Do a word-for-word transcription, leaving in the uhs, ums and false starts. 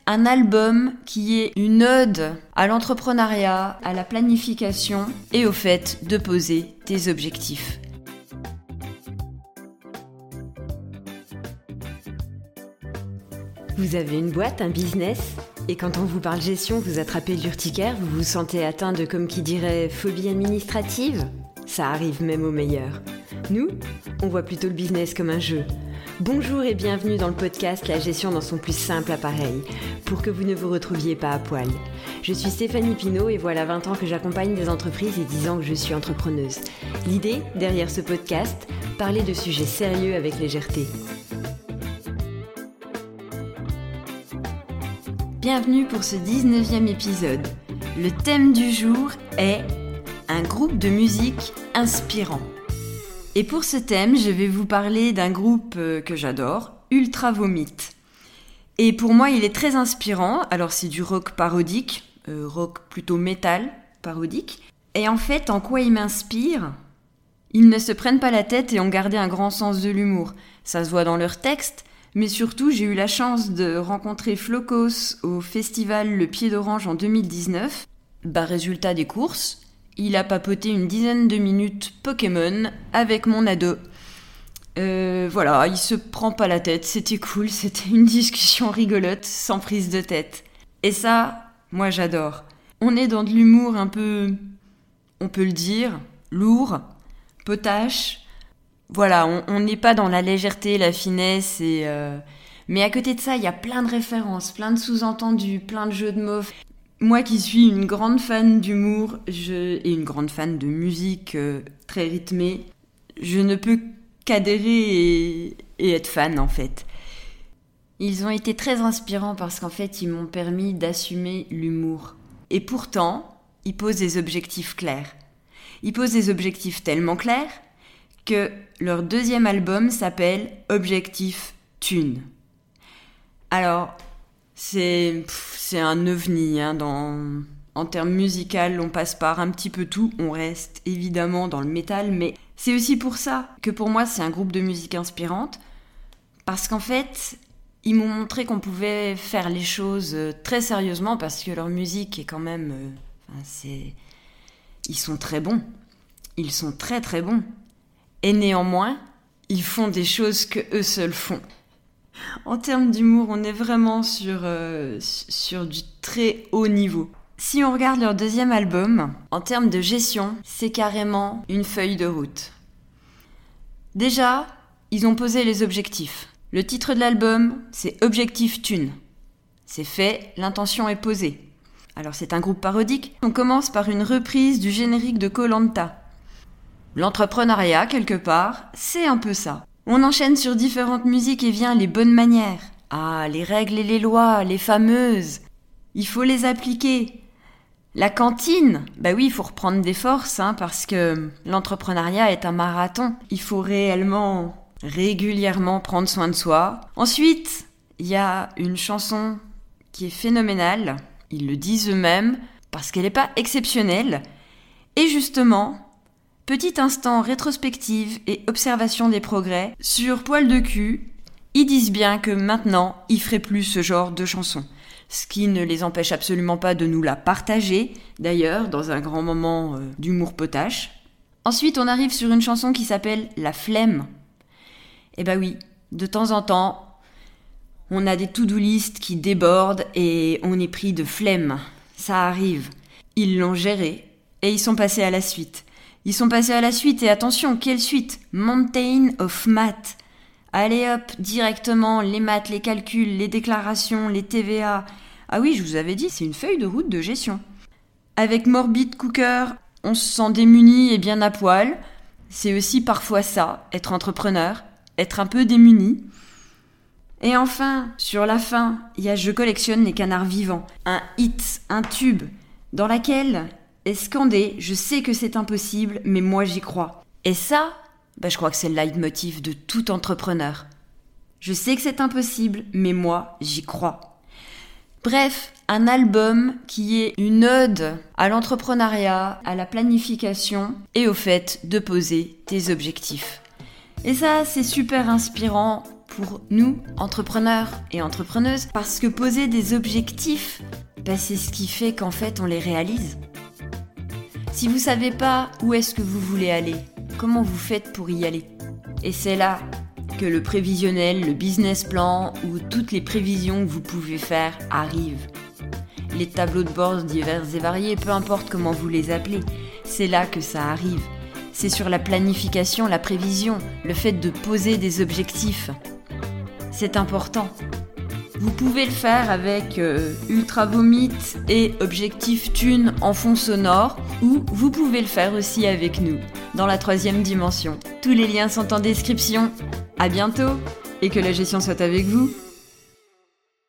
un album qui est une ode à l'entrepreneuriat, à la planification et au fait de poser tes objectifs. Vous avez une boîte, un business, et quand on vous parle gestion, vous attrapez l'urticaire, vous vous sentez atteint de, comme qui dirait, phobie administrative ? Ça arrive même aux meilleurs. Nous, on voit plutôt le business comme un jeu. Bonjour et bienvenue dans le podcast La gestion dans son plus simple appareil, pour que vous ne vous retrouviez pas à poil. Je suis Stéphanie Pinault et voilà vingt ans que j'accompagne des entreprises et dix ans que je suis entrepreneuse. L'idée, derrière ce podcast, parler de sujets sérieux avec légèreté. Bienvenue pour ce dix-neuvième épisode. Le thème du jour est un groupe de musique inspirant. Et pour ce thème, je vais vous parler d'un groupe que j'adore, Ultra Vomit. Et pour moi, il est très inspirant. Alors c'est du rock parodique, euh, rock plutôt métal parodique. Et en fait, en quoi il m'inspire ? Ils ne se prennent pas la tête et ont gardé un grand sens de l'humour. Ça se voit dans leurs textes. Mais surtout, j'ai eu la chance de rencontrer Flocos au festival Le Pied d'Orange en deux mille dix-neuf. Bah, résultat des courses, il a papoté une dizaine de minutes Pokémon avec mon ado. Euh, voilà, il se prend pas la tête, c'était cool, c'était une discussion rigolote, sans prise de tête. Et ça, moi j'adore. On est dans de l'humour un peu, on peut le dire, lourd, potache. Voilà, on n'est pas dans la légèreté, la finesse, et euh... mais à côté de ça, il y a plein de références, plein de sous-entendus, plein de jeux de mots. Moi qui suis une grande fan d'humour je... et une grande fan de musique euh, très rythmée, je ne peux qu'adhérer et... et être fan en fait. Ils ont été très inspirants parce qu'en fait, ils m'ont permis d'assumer l'humour. Et pourtant, ils posent des objectifs clairs. Ils posent des objectifs tellement clairs que leur deuxième album s'appelle Objectif Thune. Alors, c'est, pff, c'est un ovni, hein, dans, en termes musicaux, on passe par un petit peu tout, on reste évidemment dans le métal, mais c'est aussi pour ça que pour moi c'est un groupe de musique inspirante, parce qu'en fait, ils m'ont montré qu'on pouvait faire les choses très sérieusement, parce que leur musique est quand même... Euh, enfin, c'est... Ils sont très bons, ils sont très très bons. Et néanmoins, ils font des choses que eux seuls font. En termes d'humour, on est vraiment sur, euh, sur du très haut niveau. Si on regarde leur deuxième album, en termes de gestion, c'est carrément une feuille de route. Déjà, ils ont posé les objectifs. Le titre de l'album, c'est Objectif Thune. C'est fait, l'intention est posée. Alors c'est un groupe parodique. On commence par une reprise du générique de Koh-Lanta. L'entrepreneuriat, quelque part, c'est un peu ça. On enchaîne sur différentes musiques et vient les bonnes manières. Ah, les règles et les lois, les fameuses. Il faut les appliquer. La cantine, bah oui, il faut reprendre des forces, hein, parce que l'entrepreneuriat est un marathon. Il faut réellement, régulièrement prendre soin de soi. Ensuite, il y a une chanson qui est phénoménale. Ils le disent eux-mêmes, parce qu'elle n'est pas exceptionnelle. Et justement... Petit instant rétrospective et observation des progrès. Sur Poil de cul, ils disent bien que maintenant, ils feraient plus ce genre de chansons. Ce qui ne les empêche absolument pas de nous la partager, d'ailleurs, dans un grand moment euh, d'humour potache. Ensuite, on arrive sur une chanson qui s'appelle « La flemme ». Eh ben oui, de temps en temps, on a des to-do list qui débordent et on est pris de flemme. Ça arrive. Ils l'ont géré et ils sont passés à la suite. Ils sont passés à la suite, et attention, quelle suite ? Mountain of Math. Allez hop, directement, les maths, les calculs, les déclarations, les T V A. Ah oui, je vous avais dit, c'est une feuille de route de gestion. Avec Morbid Cooker, on se sent démuni et bien à poil. C'est aussi parfois ça, être entrepreneur, être un peu démuni. Et enfin, sur la fin, il y a Je collectionne les canards vivants. Un hit, un tube, dans laquelle... est scandé, je sais que c'est impossible, mais moi j'y crois. Et ça, bah, je crois que c'est le leitmotiv de tout entrepreneur. Je sais que c'est impossible, mais moi j'y crois. Bref, un album qui est une ode à l'entrepreneuriat, à la planification et au fait de poser tes objectifs. Et ça, c'est super inspirant pour nous, entrepreneurs et entrepreneuses, parce que poser des objectifs, bah, c'est ce qui fait qu'en fait on les réalise. Si vous savez pas où est-ce que vous voulez aller, comment vous faites pour y aller? Et c'est là que le prévisionnel, le business plan ou toutes les prévisions que vous pouvez faire arrivent. Les tableaux de bord divers et variés, peu importe comment vous les appelez, c'est là que ça arrive. C'est sur la planification, la prévision, le fait de poser des objectifs. C'est important. Vous pouvez le faire avec euh, Ultra Vomit et Objectif Thune en fond sonore, ou vous pouvez le faire aussi avec nous, dans la troisième dimension. Tous les liens sont en description. À bientôt, et que la gestion soit avec vous.